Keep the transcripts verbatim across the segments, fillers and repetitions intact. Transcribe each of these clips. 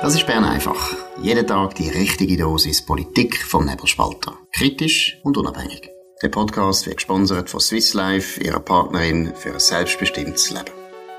Das ist Bern einfach. Jeden Tag die richtige Dosis Politik vom Nebelspalter. Kritisch und unabhängig. Der Podcast wird gesponsert von Swiss Life, ihrer Partnerin für ein selbstbestimmtes Leben.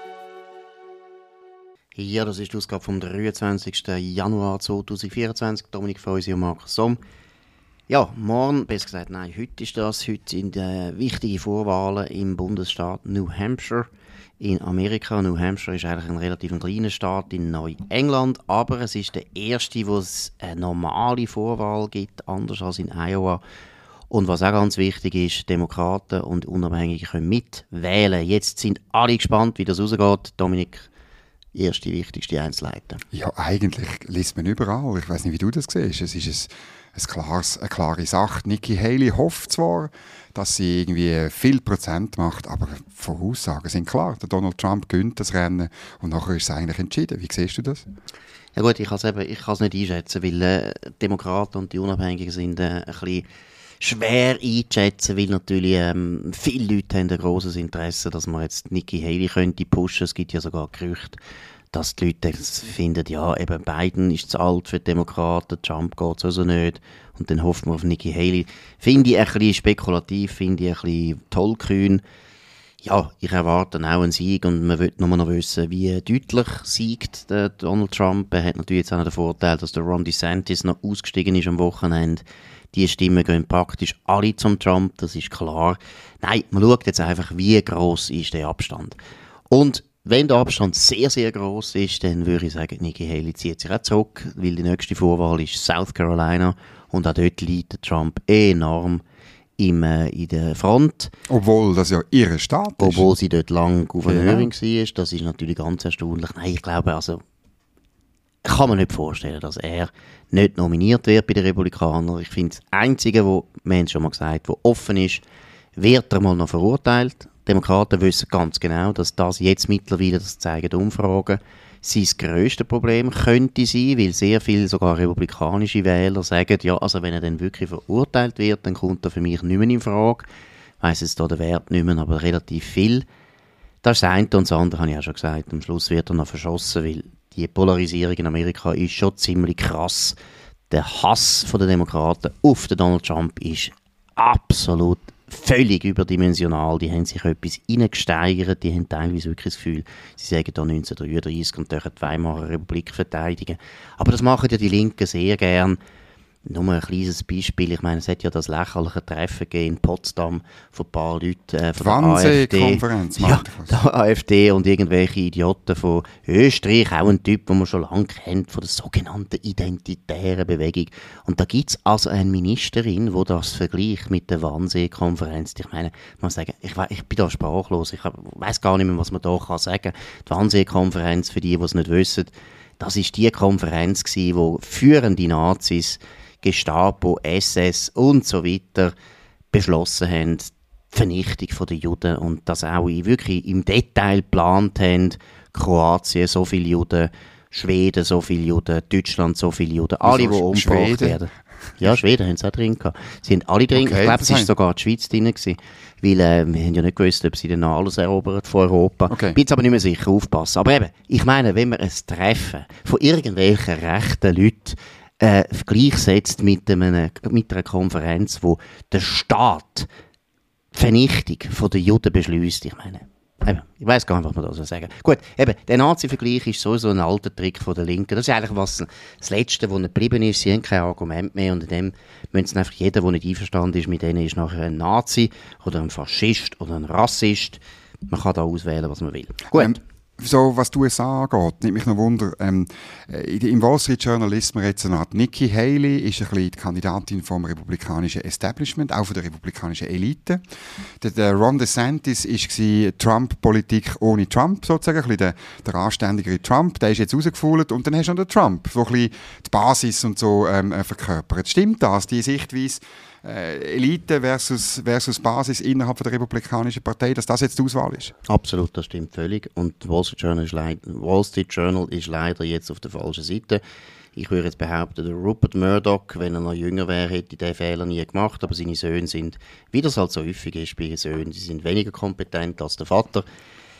Ja, das ist die Ausgabe vom dreiundzwanzigsten Januar zweitausendvierundzwanzig. Dominik Feusi und Markus Somm. Ja, morgen, besser gesagt, nein, heute ist das. Heute sind äh, wichtige Vorwahlen im Bundesstaat New Hampshire in Amerika. New Hampshire ist eigentlich ein relativ kleiner Staat in Neuengland, aber es ist der erste, wo es eine normale Vorwahl gibt, anders als in Iowa. Und was auch ganz wichtig ist, Demokraten und Unabhängige können mitwählen. Jetzt sind alle gespannt, wie das rausgeht. Dominik, erste wichtigste Einzelheiten. Ja, eigentlich liest man überall. Ich weiß nicht, wie du das siehst. Es ist ein, ein klares, eine klare Sache. Nikki Haley hofft zwar, dass sie irgendwie viel Prozent macht, aber Voraussagen sind klar. Der Donald Trump gewinnt das Rennen und nachher ist es eigentlich entschieden. Wie siehst du das? Ja gut, ich kann es eben, ich kann es nicht einschätzen, weil äh, Demokraten und die Unabhängigen sind äh, ein bisschen schwer einzuschätzen, weil natürlich ähm, viele Leute haben ein grosses Interesse, dass man jetzt Nikki Haley könnte pushen. Es gibt ja sogar Gerüchte, dass die Leute finden, ja, eben Biden ist zu alt für die Demokraten, Trump geht es also nicht. Und dann hofft man auf Nikki Haley. Finde ich ein bisschen spekulativ, finde ich ein bisschen tollkühn. Ja, ich erwarte auch einen Sieg und man will nur noch wissen, wie deutlich siegt der Donald Trump. Er hat natürlich jetzt auch noch den Vorteil, dass der Ron DeSantis noch ausgestiegen ist am Wochenende. Die Stimmen gehen praktisch alle zum Trump, das ist klar. Nein, man schaut jetzt einfach, wie gross ist der Abstand. Und wenn der Abstand sehr, sehr gross ist, dann würde ich sagen, Nikki Haley zieht sich auch zurück, weil die nächste Vorwahl ist South Carolina und auch dort liegt der Trump enorm im, äh, in der Front. Obwohl das ja ihre Staat ist. Obwohl sie dort lange Gouverneurin ja. war, das ist natürlich ganz erstaunlich. Nein, ich glaube, also kann man nicht vorstellen, dass er nicht nominiert wird bei den Republikanern. Ich finde, das Einzige, wo, wir haben es schon mal gesagt, wo offen ist, wird er mal noch verurteilt. Die Demokraten wissen ganz genau, dass das jetzt mittlerweile, das zeigen die Umfragen, sein grösstes Problem könnte sein, weil sehr viele, sogar republikanische Wähler sagen, ja, also wenn er dann wirklich verurteilt wird, dann kommt er für mich nicht mehr in Frage. Ich weiss jetzt da den Wert nicht mehr, aber relativ viel. Das ist das eine und das andere, habe ich auch schon gesagt. Am Schluss wird er noch verschossen, weil die Polarisierung in Amerika ist schon ziemlich krass. Der Hass der Demokraten auf den Donald Trump ist absolut völlig überdimensional. Die haben sich etwas reingesteigert, die haben teilweise wirklich das Gefühl, sie sagen da neunzehnhundertdreiunddreißig und dürfen die Weimarer Republik verteidigen. Aber das machen ja die Linken sehr gern. Nur ein kleines Beispiel, ich meine, es hat ja das lächerliche Treffen gegeben in Potsdam von ein paar Leuten äh, von der AfD. Konferenz, ja, der AfD und irgendwelche Idioten von Österreich, auch ein Typ, den man schon lange kennt, von der sogenannten identitären Bewegung. Und da gibt es also eine Ministerin, die das vergleicht mit der Wannsee-Konferenz. Ich meine, man sagen, ich, we- ich bin da sprachlos, ich weiß gar nicht mehr, was man da kann sagen. Die Wannsee-Konferenz, für die, die es nicht wissen, das war die Konferenz gewesen, wo führende Nazis, Gestapo, S S und so weiter beschlossen haben, die Vernichtung der Juden und das auch wirklich im Detail geplant haben. Kroatien so viele Juden, Schweden so viele Juden, Deutschland so viele Juden, alle, die umgebracht werden. Ja, Schweden haben sie auch drin gehabt. Sie haben alle drin, okay, ich glaube, es war sogar die Schweiz drin gewesen, weil äh, wir haben ja nicht gewusst, ob sie dann noch alles erobern von Europa. Okay. Bin jetzt aber nicht mehr sicher, aufpassen. Aber eben, ich meine, wenn man ein Treffen von irgendwelchen rechten Leuten äh, gleichsetzt mit, einem, mit einer Konferenz, wo der Staat die Vernichtung der Juden beschließt, ich meine, eben, ich weiss gar nicht, was man da so sagen. Gut, eben, der Nazi-Vergleich ist sowieso ein alter Trick von der Linken. Das ist eigentlich was, das Letzte, was geblieben ist. Sie haben kein Argument mehr und in dem müssen einfach jeder, der nicht einverstanden ist mit denen, ist nachher ein Nazi oder ein Faschist oder ein Rassist. Man kann da auswählen, was man will. Gut. Ähm, so, was die U S A angeht, nimmt mich noch Wunder, ähm, im Wall Street Journal liest man jetzt eine Art, Nikki Haley ist ein bisschen die Kandidatin vom republikanischen Establishment, auch von der republikanischen Elite. Der, der Ron DeSantis war Trump-Politik ohne Trump, sozusagen, ein bisschen der, der anständigere Trump, der ist jetzt rausgefallen und dann hast du noch den Trump, so ein bisschen die Basis und so ähm, verkörpert. Stimmt das, die Sichtweise, Äh, Elite versus, versus Basis innerhalb der Republikanischen Partei, dass das jetzt die Auswahl ist? Absolut, das stimmt völlig. Und Wall Street Journal ist, leid- Wall Street Journal ist leider jetzt auf der falschen Seite. Ich würde jetzt behaupten, der Rupert Murdoch, wenn er noch jünger wäre, hätte diesen Fehler nie gemacht. Aber seine Söhne sind, wie das halt so häufig ist bei Söhnen, sie sind weniger kompetent als der Vater.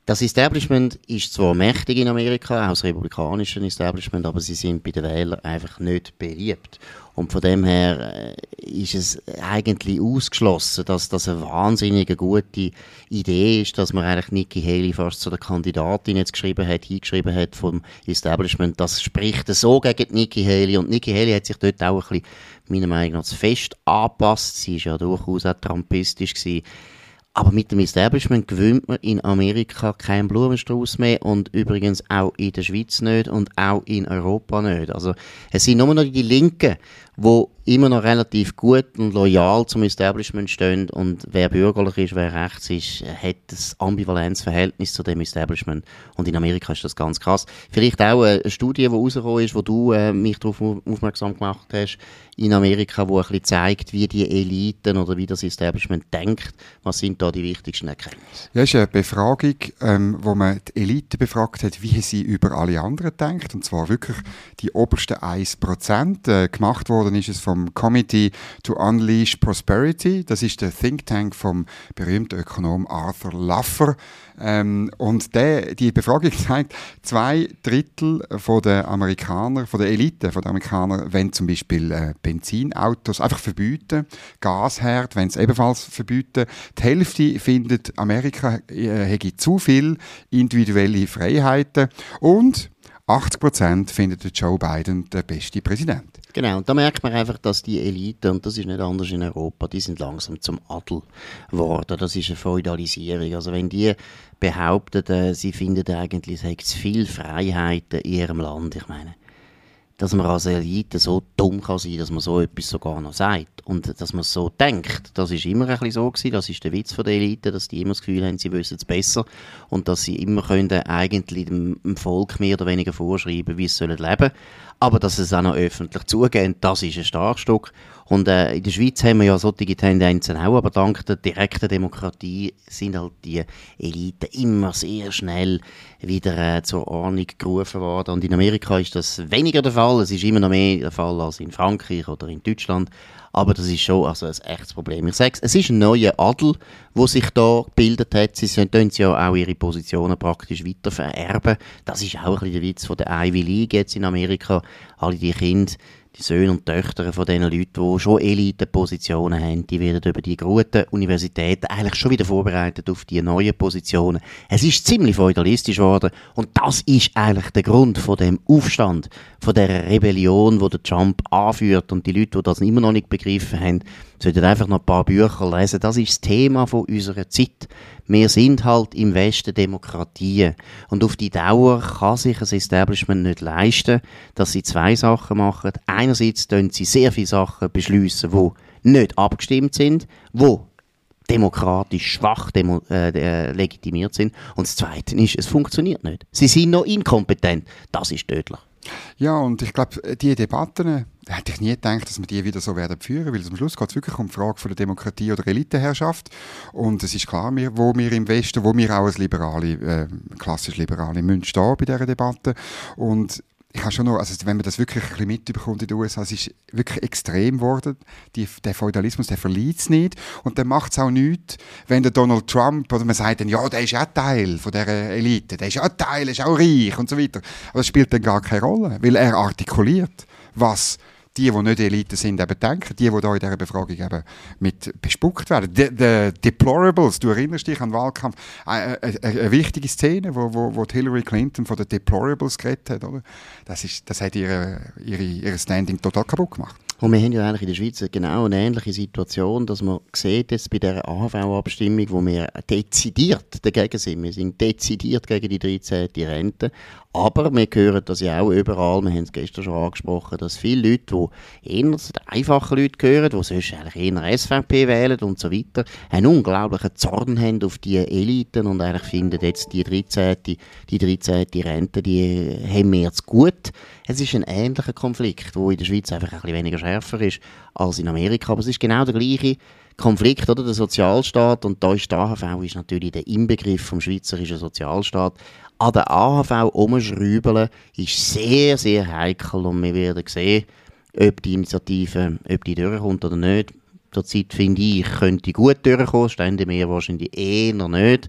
Das Establishment ist zwar mächtig in Amerika, auch das republikanische Establishment, aber sie sind bei den Wählern einfach nicht beliebt. Und von dem her äh, ist es eigentlich ausgeschlossen, dass das eine wahnsinnige gute Idee ist, dass man eigentlich Nikki Haley fast zu der Kandidatin jetzt geschrieben hat, hingeschrieben hat vom Establishment. Das spricht so gegen Nikki Haley. Und Nikki Haley hat sich dort auch ein bisschen, meiner Meinung nach, zu fest angepasst. Sie war ja durchaus auch trumpistisch gewesen. Aber mit dem Establishment gewinnt man in Amerika keinen Blumenstrauß mehr und übrigens auch in der Schweiz nicht und auch in Europa nicht. Also es sind nur noch die Linken, die immer noch relativ gut und loyal zum Establishment stehen, und wer bürgerlich ist, wer rechts ist, hat das Ambivalenzverhältnis zu dem Establishment, und in Amerika ist das ganz krass. Vielleicht auch eine Studie, die rausgekommen ist, wo du äh, mich darauf aufmerksam gemacht hast, in Amerika, wo ein bisschen zeigt, wie die Eliten oder wie das Establishment denkt. Was sind da die wichtigsten Erkenntnisse? Ja, es ist eine Befragung, ähm, wo man die Elite befragt hat, wie sie über alle anderen denkt, und zwar wirklich die obersten ein Prozent. Äh, gemacht worden ist es vom Committee to Unleash Prosperity. Das ist der Think Tank vom berühmten Ökonom Arthur Laffer. Ähm, und der, die Befragung zeigt, zwei Drittel von der Amerikaner, von der Elite, von der Amerikaner, wollen zum Beispiel äh, Benzinautos einfach verbieten, Gasherd wollen es ebenfalls verbieten. Die Hälfte findet, Amerika äh, hätte zu viel individuelle Freiheiten, und achtzig Prozent findet Joe Biden der beste Präsident. Genau, und da merkt man einfach, dass die Elite, und das ist nicht anders in Europa, die sind langsam zum Adel geworden. Das ist eine Feudalisierung. Also wenn die behaupten, äh, sie finden eigentlich, es hätte zu viel Freiheiten in ihrem Land, ich meine, dass man als Elite so dumm kann sein, dass man so etwas sogar noch sagt und dass man so denkt. Das ist immer ein bisschen so gewesen. Das ist der Witz von der Elite, dass die immer das Gefühl haben, sie wissen es besser und dass sie immer können eigentlich dem, dem Volk mehr oder weniger vorschreiben, wie es sollen leben. Aber dass sie es auch noch öffentlich zugeben, das ist ein Starkstück. Und äh, in der Schweiz haben wir ja solche Tendenzen auch, aber dank der direkten Demokratie sind halt die Eliten immer sehr schnell wieder äh, zur Ordnung gerufen worden. Und in Amerika ist das weniger der Fall. Es ist immer noch mehr der Fall als in Frankreich oder in Deutschland. Aber das ist schon also ein echtes Problem. Ich sage es, es ist ein neuer Adel, der sich da gebildet hat. Sie können ja auch ihre Positionen praktisch weiter vererben. Das ist auch ein bisschen der Witz von der Ivy League jetzt in Amerika. Alle die Kinder, die Söhne und Töchter von diesen Leuten, die schon Elitenpositionen haben, die werden über die guten Universitäten eigentlich schon wieder vorbereitet auf die neuen Positionen. Es ist ziemlich feudalistisch geworden und das ist eigentlich der Grund von dem Aufstand, von der Rebellion, die der Trump anführt, und die Leute, die das immer noch nicht begriffen haben, sollten einfach noch ein paar Bücher lesen. Das ist das Thema von unserer Zeit. Wir sind halt im Westen Demokratien. Und auf die Dauer kann sich ein Establishment nicht leisten, dass sie zwei Sachen machen. Einerseits können sie sehr viele Sachen beschliessen, die nicht abgestimmt sind, die demokratisch schwach demo- äh, legitimiert sind. Und das Zweite ist, es funktioniert nicht. Sie sind noch inkompetent. Das ist tödlich. Ja, und ich glaube, diese Debatten, da hätte ich nie gedacht, dass wir die wieder so werden führen, weil am Schluss geht es wirklich um die Frage von der Demokratie oder Eliteherrschaft. Und es ist klar, wir, wo wir im Westen, wo wir auch als Liberale, äh, klassisch Liberale, müssen stehen bei dieser Debatte. Und ich habe schon noch, also wenn man das wirklich ein bisschen mitbekommt in den U S A, es ist wirklich extrem geworden. Die, der Feudalismus, der verliert es nicht. Und dann macht es auch nichts, wenn der Donald Trump, oder man sagt dann, ja, der ist ja Teil von dieser Elite, der ist ja Teil, ist auch reich und so weiter. Aber das spielt dann gar keine Rolle, weil er artikuliert, was die, die nicht Elite sind, eben denken, die, die da in dieser Befragung eben mit bespuckt werden. Die, die Deplorables, du erinnerst dich an den Wahlkampf, eine, eine, eine wichtige Szene, wo, wo, wo Hillary Clinton von den Deplorables geredet hat, oder? Das, ist, das hat ihre, ihre, ihr Standing total kaputt gemacht. Und wir haben ja eigentlich in der Schweiz genau eine ähnliche Situation, dass man sieht jetzt bei dieser A H V-Abstimmung, wo wir dezidiert dagegen sind. Wir sind dezidiert gegen die dreizehnte Rente. Aber wir hören das ja auch überall, wir haben es gestern schon angesprochen, dass viele Leute, die eher die einfachen Leute hören, die sonst eigentlich eher S V P wählen und so weiter, einen unglaublichen Zorn haben auf die Eliten und eigentlich finden jetzt die dreizehnte die dreizehnte Rente, die haben wir jetzt gut. Es ist ein ähnlicher Konflikt, der in der Schweiz einfach ein bisschen weniger schärfer ist als in Amerika, aber es ist genau der gleiche Konflikt, oder? Der Sozialstaat, und da ist die A H V ist natürlich der Inbegriff vom schweizerischen Sozialstaat. An der A H V umschrauben ist sehr, sehr heikel und wir werden sehen, ob die Initiative, ob die durchkommt oder nicht. Zurzeit finde ich, könnte gut durchkommen, stände mir wahrscheinlich eher nicht.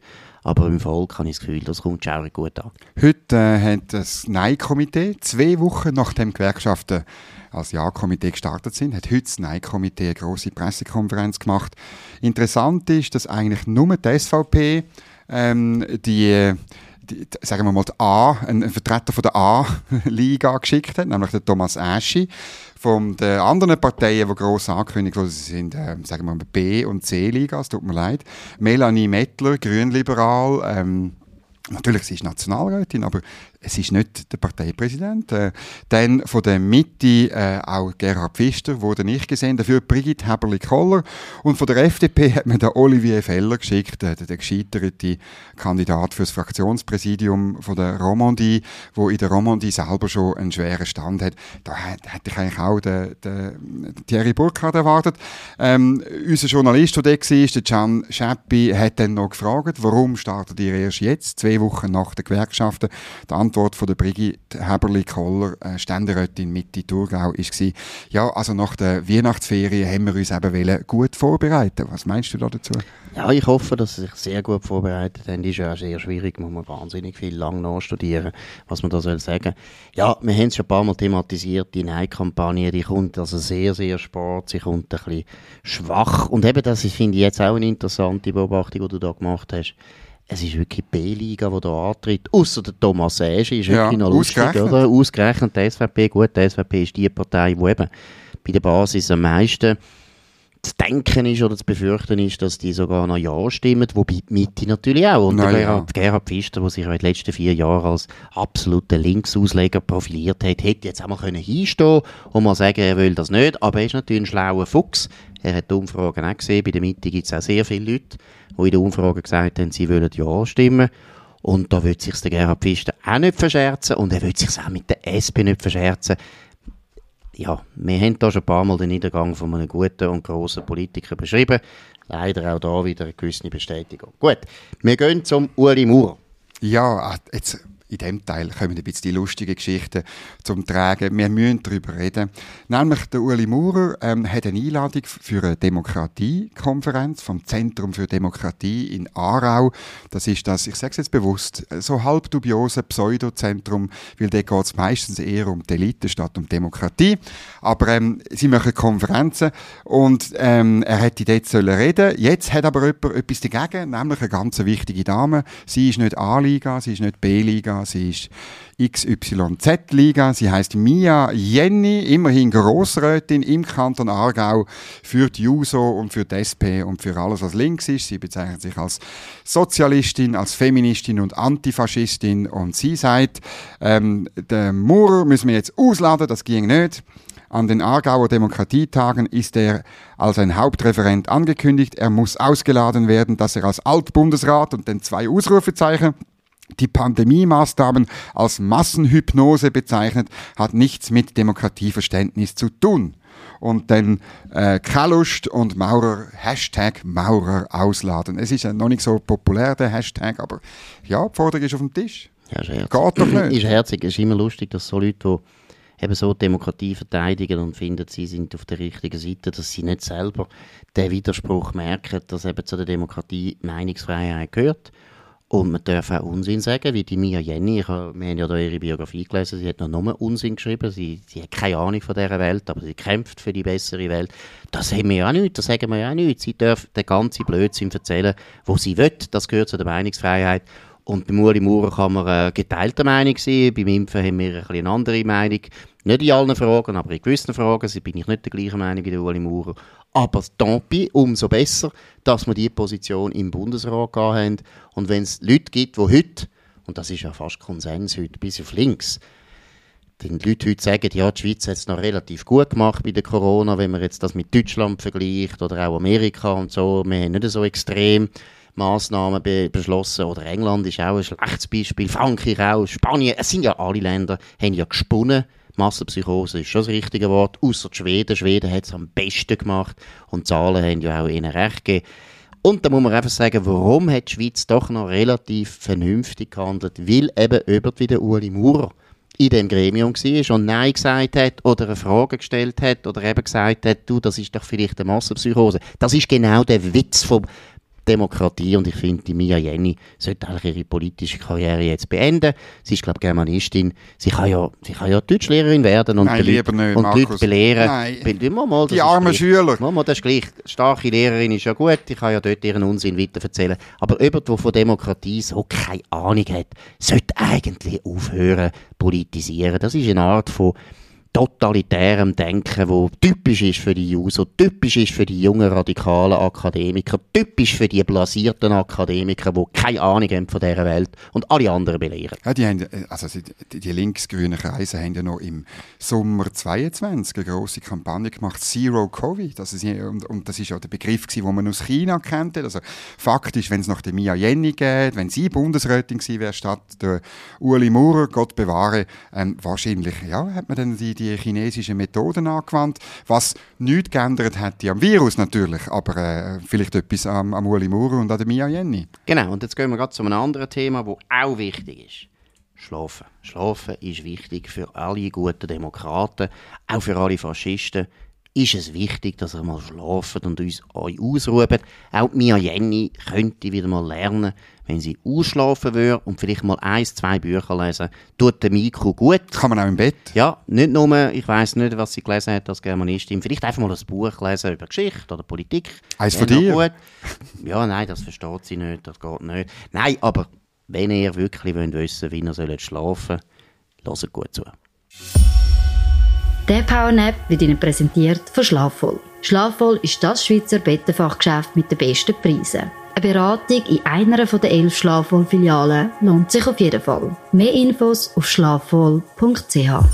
aber im Volk habe ich das Gefühl, das kommt schon gut an. Heute äh, hat das Nein-Komitee, zwei Wochen nachdem die Gewerkschaften als Ja-Komitee gestartet sind, hat heute das Nein-Komitee eine grosse Pressekonferenz gemacht. Interessant ist, dass eigentlich nur die S V P ähm, die, die, sagen wir mal, die A, einen Vertreter von der A-Liga geschickt hat, nämlich den Thomas Aschi. Von den anderen Parteien, die gross angekündigt wurden, sind, äh, sagen wir mal, B- und C-Liga, es tut mir leid. Melanie Mettler, grünliberal, ähm, natürlich, sie ist Nationalrätin, aber es ist nicht der Parteipräsident. Äh, dann von der Mitte äh, auch Gerhard Pfister, wurde nicht gesehen, dafür Brigitte Häberli-Koller. Und von der F D P hat man den Olivier Feller geschickt, äh, der gescheiterte Kandidat für das Fraktionspräsidium von der Romandie, wo in der Romandie selber schon einen schweren Stand hat. Da hätte ich eigentlich auch den, den Thierry Burkhardt erwartet. Ähm, unser Journalist, der da war, der Can Schäppi, hat dann noch gefragt, warum startet ihr erst jetzt, zwei Wochen nach den Gewerkschaften? Die Antwort von der Brigitte Häberli-Koller, äh, Ständerätin Mitte Thurgau, war, ja, also nach der Weihnachtsferien haben wir uns eben wollen gut vorbereiten. Was meinst du da dazu? Ja, ich hoffe, dass sie sich sehr gut vorbereitet haben. Das ist ja auch sehr schwierig, muss man wahnsinnig viel lang nachstudieren, was man da soll sagen. Ja, wir haben es schon ein paar Mal thematisiert, die Nein-Kampagne, die kommt also sehr, sehr spät, sie kommt ein bisschen schwach. Und eben das finde ich jetzt auch eine interessante Beobachtung, die du da gemacht hast. Es ist wirklich die B-Liga, die da antritt. Ausser der Thomas Aschi ist ja, wirklich noch lustig, ausgerechnet. oder? Ausgerechnet die S V P. Gut, die S V P ist die Partei, die eben bei der Basis am meisten zu denken ist oder zu befürchten ist, dass die sogar noch Ja stimmen, wobei die Mitte natürlich auch. Und Na, der ja. Gerhard, Gerhard Pfister, der sich in den letzten vier Jahren als absoluter Linksausleger profiliert hat, hätte jetzt auch mal können hinstehen und mal sagen, er will das nicht, aber er ist natürlich ein schlauer Fuchs. Er hat die Umfragen auch gesehen. Bei der Mitte gibt es auch sehr viele Leute, die in den Umfragen gesagt haben, sie wollen Ja stimmen. Und da will sich der Gerhard Pfister auch nicht verscherzen und er will sich auch mit der S P nicht verscherzen. Ja, wir haben da schon ein paar Mal den Niedergang von einem guten und grossen Politiker beschrieben. Leider auch da wieder eine gewisse Bestätigung. Gut, wir gehen zum Ueli Maurer. Ja, jetzt in diesem Teil kommen ein bisschen die lustigen Geschichten zum Tragen. Wir müssen darüber reden. Nämlich der Ueli Maurer ähm, hat eine Einladung für eine Demokratiekonferenz vom Zentrum für Demokratie in Aarau. Das ist das, ich sage es jetzt bewusst, so halb dubiose Pseudozentrum, weil dort geht es meistens eher um die Elite statt um Demokratie. Aber ähm, sie machen Konferenzen und ähm, er hätte dort sollen reden. Jetzt hat aber jemand etwas dagegen, nämlich eine ganz wichtige Dame. Sie ist nicht A-Liga, sie ist nicht B-Liga, sie ist X Y Z-Liga, sie heisst Mia Jenny, immerhin Grossrätin im Kanton Aargau für die Juso und für die S P und für alles, was links ist. Sie bezeichnet sich als Sozialistin, als Feministin und Antifaschistin und sie sagt, ähm, den Maurer müssen wir jetzt ausladen, das ging nicht. An den Aargauer Demokratietagen ist er als ein Hauptreferent angekündigt. Er muss ausgeladen werden, dass er als Altbundesrat und dann zwei Ausrufezeichen die Pandemie-Maßnahmen als Massenhypnose bezeichnet, hat nichts mit Demokratieverständnis zu tun. Und dann äh, keine Lust und Maurer, Hashtag Maurer ausladen. Es ist ja noch nicht so populär, der Hashtag, aber ja, die Forderung ist auf dem Tisch. Ja, ist herzig. Geht doch nicht. Ist herzig. Es ist immer lustig, dass so Leute, die eben so Demokratie verteidigen und finden, sie sind auf der richtigen Seite, dass sie nicht selber den Widerspruch merken, dass eben zu der Demokratie Meinungsfreiheit gehört. Und man darf auch Unsinn sagen, wie die Mia Jenny. Ich habe, wir haben ja da ihre Biografie gelesen, sie hat noch nur Unsinn geschrieben. Sie, sie hat keine Ahnung von dieser Welt, aber sie kämpft für die bessere Welt. Das haben wir ja auch nicht, das sagen wir ja auch nicht. Sie darf den ganzen Blödsinn erzählen, wo sie will. Das gehört zu der Meinungsfreiheit. Und bei Ueli Maurer kann man äh, geteilter Meinung sein. Beim Impfen haben wir ein bisschen eine andere Meinung. Nicht in allen Fragen, aber in gewissen Fragen bin ich nicht der gleichen Meinung wie der Ueli Maurer. Aber tant pis, umso besser, dass wir diese Position im Bundesrat gehabt haben. Und wenn es Leute gibt, die heute, und das ist ja fast Konsens heute, bis auf links, die Leute heute sagen, ja, die Schweiz hat es noch relativ gut gemacht bei der Corona, wenn man jetzt das mit Deutschland vergleicht oder auch Amerika und so. Wir haben nicht so extrem Massnahmen be- beschlossen. Oder England ist auch ein schlechtes Beispiel, Frankreich auch, Spanien. Es sind ja alle Länder, haben ja gesponnen. Massenpsychose ist schon das richtige Wort, ausser Schweden. Schweden hat es am besten gemacht und die Zahlen haben ja auch ihnen recht gegeben. Und da muss man einfach sagen, warum hat die Schweiz doch noch relativ vernünftig gehandelt? Weil eben jemand wie der Ueli Maurer in dem Gremium war und Nein gesagt hat oder eine Frage gestellt hat oder eben gesagt hat, du, das ist doch vielleicht eine Massenpsychose. Das ist genau der Witz vom Demokratie und ich finde, die Mia Jenny sollte eigentlich ihre politische Karriere jetzt beenden. Sie ist, glaube ich, Germanistin. Sie kann ja, sie kann ja Deutschlehrerin werden und Nein, die Leute, nicht, und die Leute belehren. Nein. Mal, mal, die armen gleich, Schüler. Mal, mal, das ist gleich. Starke Lehrerin ist ja gut, ich kann ja dort ihren Unsinn weiter erzählen. Aber jemand, der von Demokratie so keine Ahnung hat, sollte eigentlich aufhören politisieren. Das ist eine Art von totalitärem Denken, wo typisch ist für die Juso, typisch ist für die jungen radikalen Akademiker, typisch für die blasierten Akademiker, die keine Ahnung haben von dieser Welt und alle anderen belehren. Ja, die, haben, also die, die linksgrünen Kreise haben ja noch im Sommer zweiundzwanzig eine grosse Kampagne gemacht, Zero Covid. Also sie, und, und das ist ja der Begriff, den man aus China kennt. Also faktisch, wenn es noch die Mia Jenny geht, wenn sie Bundesrätin gewesen wäre statt der Ueli Maurer, Gott bewahre, ähm, wahrscheinlich ja, hat man dann die die chinesischen Methoden angewandt, was nichts geändert hätte am Virus natürlich, aber äh, vielleicht etwas am, am Ueli Maurer und an der Mia Jenny. Genau, und jetzt gehen wir gerade zu einem anderen Thema, das auch wichtig ist. Schlafen. Schlafen ist wichtig für alle guten Demokraten, auch für alle Faschisten. Ist es wichtig, dass ihr mal schlaft und uns euch ausruht. Auch Mia Jenny könnte wieder mal lernen, wenn sie ausschlafen würde und vielleicht mal eins, zwei Bücher lesen, tut dem Mikro gut. Kann man auch im Bett? Ja, nicht nur, ich weiss nicht, was sie gelesen hat als Germanistin, vielleicht einfach mal ein Buch lesen über Geschichte oder Politik. Eins von dir? Gut. Ja, nein, das versteht sie nicht, das geht nicht. Nein, aber wenn ihr wirklich wollt wissen, wie ihr schlafen sollt, hört gut zu. Der Powernap wird Ihnen präsentiert von Schlafvoll. Schlafvoll ist das Schweizer Bettenfachgeschäft mit den besten Preisen. Eine Beratung in einer der elf Schlafvoll-Filialen lohnt sich auf jeden Fall. Mehr Infos auf schlafvoll punkt c h.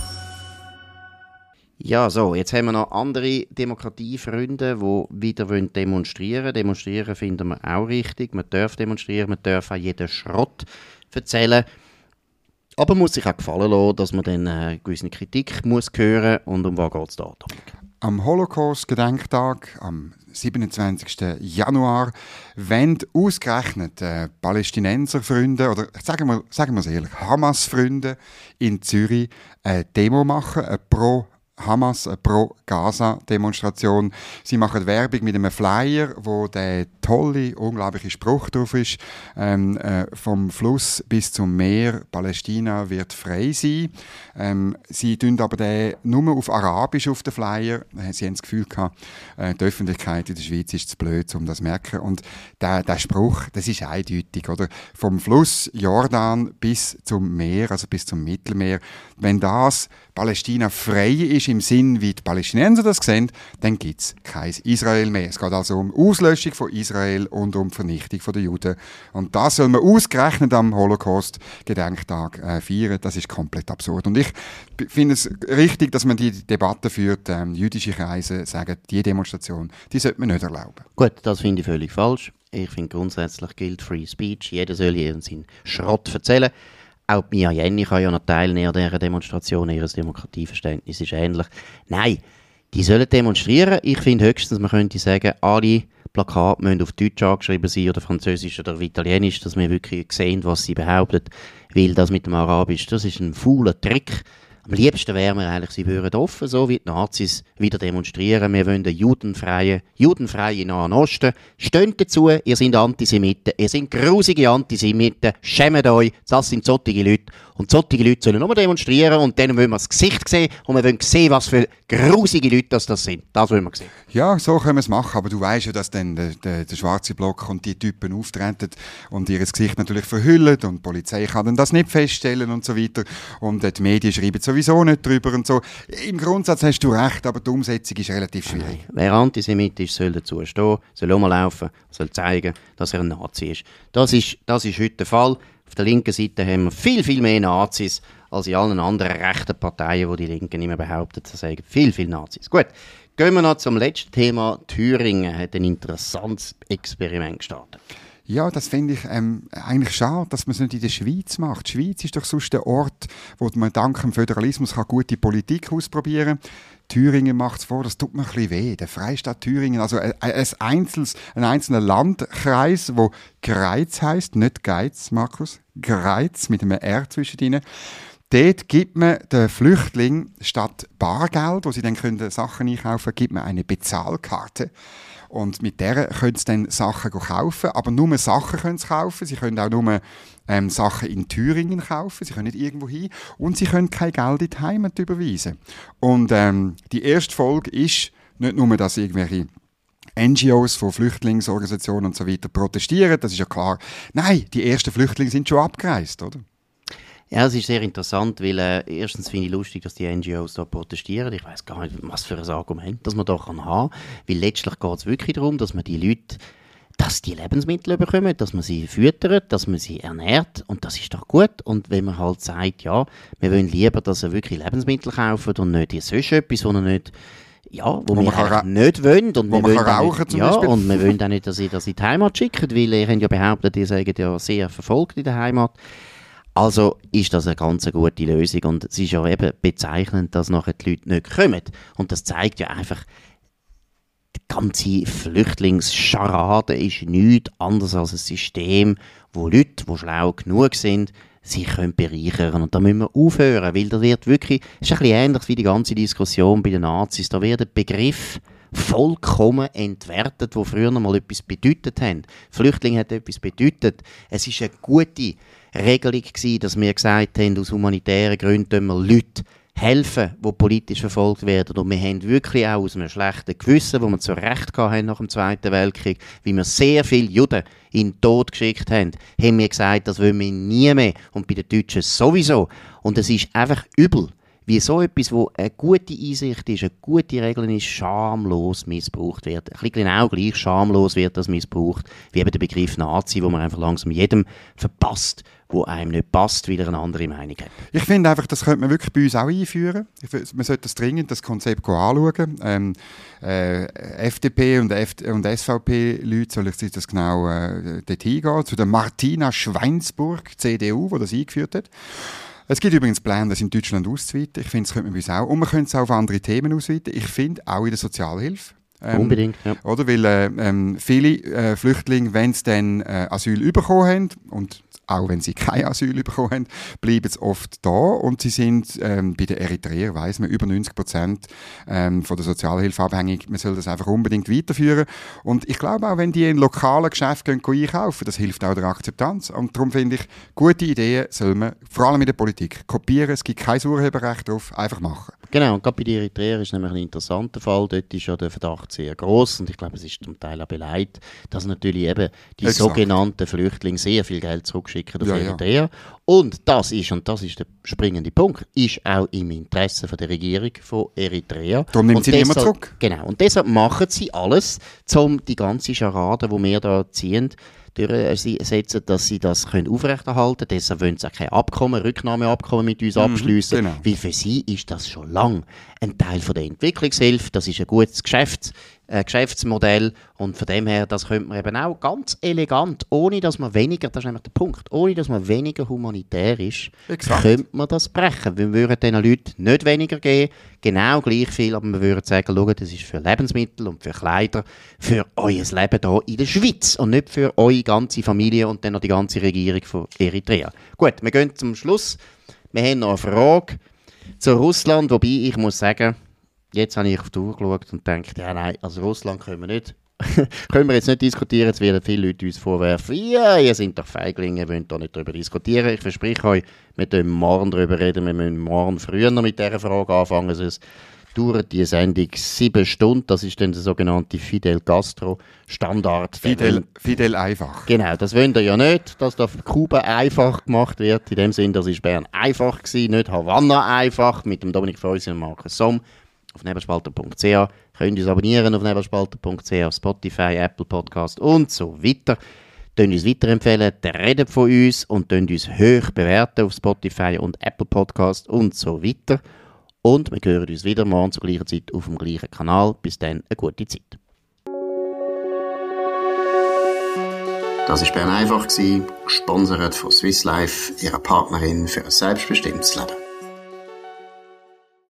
Ja, so, jetzt haben wir noch andere Demokratiefreunde, die wieder demonstrieren wollen. Demonstrieren finden wir auch richtig. Man darf demonstrieren, man darf auch jeden Schrott erzählen. Aber man muss sich auch gefallen lassen, dass man dann äh, gewisse Kritik muss hören muss. Und um was geht es da? Am Holocaust-Gedenktag, am siebenundzwanzigsten Januar, wollen ausgerechnet äh, Palästinenser-Freunde, oder sagen wir, sagen wir es ehrlich, Hamas-Freunde in Zürich eine Demo machen, eine pro Hamas, eine Pro-Gaza-Demonstration. Sie machen Werbung mit einem Flyer, wo der tolle, unglaubliche Spruch drauf ist, ähm, äh, vom Fluss bis zum Meer, Palästina wird frei sein. Ähm, sie tun aber den nur auf Arabisch auf den Flyer. Sie haben das Gefühl gehabt, äh, die Öffentlichkeit in der Schweiz ist zu blöd, um das zu merken. Und der, der Spruch, das ist eindeutig, oder? Vom Fluss Jordan bis zum Meer, also bis zum Mittelmeer. Wenn das Palästina frei ist, im Sinn, wie die Palästinenser das sehen, dann gibt es kein Israel mehr. Es geht also um Auslöschung von Israel und um Vernichtung der Juden. Und das soll man ausgerechnet am Holocaust-Gedenktag äh, feiern. Das ist komplett absurd. Und ich finde es richtig, dass man die Debatte führt. Ähm, jüdische Kreise sagen, die Demonstration, die sollte man nicht erlauben. Gut, das finde ich völlig falsch. Ich finde grundsätzlich gilt Free Speech. Jeder soll jeden seinen Schrott erzählen. Auch Mia Jenny kann ja noch teilnehmen an dieser Demonstration. Ihr Demokratieverständnis ist ähnlich. Nein, die sollen demonstrieren. Ich finde höchstens, man könnte sagen, alle Plakate müssen auf Deutsch angeschrieben sein oder Französisch oder Italienisch, dass wir wirklich sehen, was sie behauptet. Weil das mit dem Arabisch, das ist ein fauler Trick. Am liebsten wäre mir eigentlich, sie würden offen, so wie die Nazis, wieder demonstrieren. Wir wollen einen judenfreien, judenfreien Nahen Osten. Steht dazu, ihr seid Antisemiten, ihr seid grusige Antisemiten, schämt euch, das sind solche Leute. Und solche Leute sollen nur demonstrieren und dann wollen wir das Gesicht sehen und wir wollen sehen, was für grusige Leute das, das sind. Das wollen wir sehen. Ja, so können wir es machen, aber du weißt ja, dass dann der, der, der schwarze Block und die Typen auftreten und ihr Gesicht natürlich verhüllen und die Polizei kann dann das nicht feststellen und so weiter und die Medien schreiben sowieso nicht drüber und so. Im Grundsatz hast du recht, aber die Umsetzung ist relativ schwierig. Nein. Wer antisemitisch soll dazu stehen, soll rumlaufen, soll zeigen, dass er ein Nazi ist. Das ist, das ist heute der Fall. Auf der linken Seite haben wir viel, viel mehr Nazis als in allen anderen rechten Parteien, wo die Linken immer behaupten, sie sagen viel, viel Nazis. Gut, gehen wir noch zum letzten Thema. Thüringen hat ein interessantes Experiment gestartet. Ja, das finde ich ähm, eigentlich schade, dass man es nicht in der Schweiz macht. Die Schweiz ist doch sonst der Ort, wo man dank dem Föderalismus kann gute Politik ausprobieren kann. Thüringen macht es vor, das tut mir ein bisschen weh. Der Freistaat Thüringen, also ein, ein, einzelnes, ein einzelner Landkreis, wo Greiz heisst, nicht Geiz, Markus, Greiz mit einem R zwischendrin. Dort gibt man den Flüchtlingen statt Bargeld, wo sie dann können Sachen einkaufen können, gibt man eine Bezahlkarte. Und mit der können sie dann Sachen kaufen, aber nur Sachen können sie kaufen. Sie können auch nur ähm, Sachen in Thüringen kaufen, sie können nicht irgendwo hin und sie können kein Geld in die Heimat überweisen. Und ähm, die erste Folge ist nicht nur, dass irgendwelche N G Os von Flüchtlingsorganisationen und so weiter protestieren, das ist ja klar. Nein, die ersten Flüchtlinge sind schon abgereist, oder? Ja, es ist sehr interessant, weil äh, erstens finde ich lustig, dass die N G Os da protestieren. Ich weiß gar nicht, was für ein Argument das man da kann haben. Weil letztlich geht es wirklich darum, dass man die Leute, dass die Lebensmittel bekommen, dass man sie füttert, dass man sie ernährt und das ist doch gut. Und wenn man halt sagt, ja, wir wollen lieber, dass sie wirklich Lebensmittel kaufen und nicht sonst etwas, wo nicht ja, wo, wo wir ra- nicht wollen. Und wo wir man kann rauchen nicht, zum ja, Beispiel. Und wir wollen auch nicht, dass sie das in die Heimat schicken, weil ihr habt ja behauptet, ihr seid ja sehr verfolgt in der Heimat. Also ist das eine ganz gute Lösung und es ist ja eben bezeichnend, dass nachher die Leute nicht kommen. Und das zeigt ja einfach, die ganze Flüchtlingscharade ist nichts anderes als ein System, wo Leute, die schlau genug sind, sich können bereichern. Und da müssen wir aufhören, weil da wird wirklich, es ist ein bisschen ähnlich wie die ganze Diskussion bei den Nazis, da werden Begriffe vollkommen entwertet, die früher noch mal etwas bedeutet haben. Flüchtling hat etwas bedeutet. Es ist eine gute Regelung gewesen, dass wir gesagt haben, aus humanitären Gründen wir Leute helfen, die politisch verfolgt werden. Und wir haben wirklich auch aus einem schlechten Gewissen, wo wir zu Recht hatten nach dem Zweiten Weltkrieg, wie wir sehr viele Juden in den Tod geschickt haben, haben wir gesagt, das wollen wir nie mehr. Und bei den Deutschen sowieso. Und es ist einfach übel, wie so etwas, wo eine gute Einsicht ist, eine gute Regel ist, schamlos missbraucht wird. Ein bisschen genau gleich schamlos wird das missbraucht, wie eben der Begriff Nazi, wo man einfach langsam jedem verpasst, wo einem nicht passt, weil er eine andere Meinung hat. Ich finde einfach, das könnte man wirklich bei uns auch einführen. Ich, man sollte das dringend, das Konzept anschauen. Ähm, äh, F D P und, F- und S V P-Leute, soll ich sich das genau äh, dort hingehen, zu der Martina Schweinsburg, C D U, die das eingeführt hat. Es gibt übrigens Pläne, das in Deutschland auszuweiten. Ich finde, das könnte man bei uns auch. Und man könnte es auch auf andere Themen ausweiten. Ich finde, auch in der Sozialhilfe. Ähm, Unbedingt, ja. Oder? Weil äh, ähm, viele äh, Flüchtlinge, wenn sie dann äh, Asyl bekommen haben, und auch wenn sie kein Asyl bekommen haben, bleiben sie oft da. Und sie sind ähm, bei den Eritreern, weiss man, über neunzig Prozent ähm, von der Sozialhilfe abhängig. Man soll das einfach unbedingt weiterführen. Und ich glaube auch, wenn die in lokalen Geschäften gehen, einkaufen, das hilft auch der Akzeptanz. Und darum finde ich, gute Ideen soll man, vor allem in der Politik, kopieren. Es gibt kein Urheberrecht drauf, einfach machen. Genau, und gerade bei den Eritreern ist nämlich ein interessanter Fall. Dort ist ja der Verdacht sehr gross und ich glaube, es ist zum Teil auch beleidigt, dass natürlich eben die Exakt. sogenannten Flüchtlinge sehr viel Geld zurückschicken auf Ja, Eritrea. Ja. Und das ist, und das ist der springende Punkt, ist auch im Interesse von der Regierung von Eritrea. Darum nimmt und sie deshalb, niemand zurück. Genau, und deshalb machen sie alles, um die ganze Scharade, die wir da ziehen, durchsetzen, dass sie das können aufrechterhalten können. Deshalb wollen sie auch kein Abkommen, Rücknahmeabkommen mit uns abschließen, genau. weil für sie ist das schon lange ein Teil von der Entwicklungshilfe. Das ist ein gutes Geschäfts, äh, Geschäftsmodell und von dem her, das könnte man eben auch ganz elegant, ohne dass man weniger, das ist nämlich der Punkt, ohne dass man weniger humanitär ist, Exakt. könnte man das brechen. Wir würden diesen Leuten nicht weniger geben, genau gleich viel, aber wir würden sagen, schau, das ist für Lebensmittel und für Kleider, für euer Leben hier in der Schweiz und nicht für eure ganze Familie und dann noch die ganze Regierung von Eritrea. Gut, wir gehen zum Schluss. Wir haben noch eine Frage zu Russland, wobei ich muss sagen, jetzt habe ich auf die Uhr geschaut und gedacht, ja nein, also Russland können wir nicht. können wir jetzt nicht diskutieren, jetzt werden viele Leute uns vorwerfen, ja, ihr seid doch Feiglinge, ihr wollt da nicht darüber diskutieren. Ich verspreche euch, wir können morgen darüber reden, wir müssen morgen früher noch mit dieser Frage anfangen. Also es dauert die Sendung sieben Stunden, das ist dann der sogenannte Fidel Castro Standard. Fidel, Fidel einfach. Genau, das wollt ihr ja nicht, dass da Kuba einfach gemacht wird. In dem Sinn, das war Bern einfach gewesen, nicht Havanna einfach, mit dem Dominik Feusi und Markus Somm. Auf nebelspalter punkt c h. Könnt ihr uns abonnieren auf nebelspalter punkt c h, auf Spotify, Apple Podcast und so weiter. Könnt uns weiterempfehlen, redet von uns und könnt uns hoch bewerten auf Spotify und Apple Podcast und so weiter. Und wir hören uns wieder morgen zur gleichen Zeit auf dem gleichen Kanal. Bis dann, eine gute Zeit. Das war Bern einfach, gesponsert von Swiss Life, ihrer Partnerin für ein selbstbestimmtes Leben.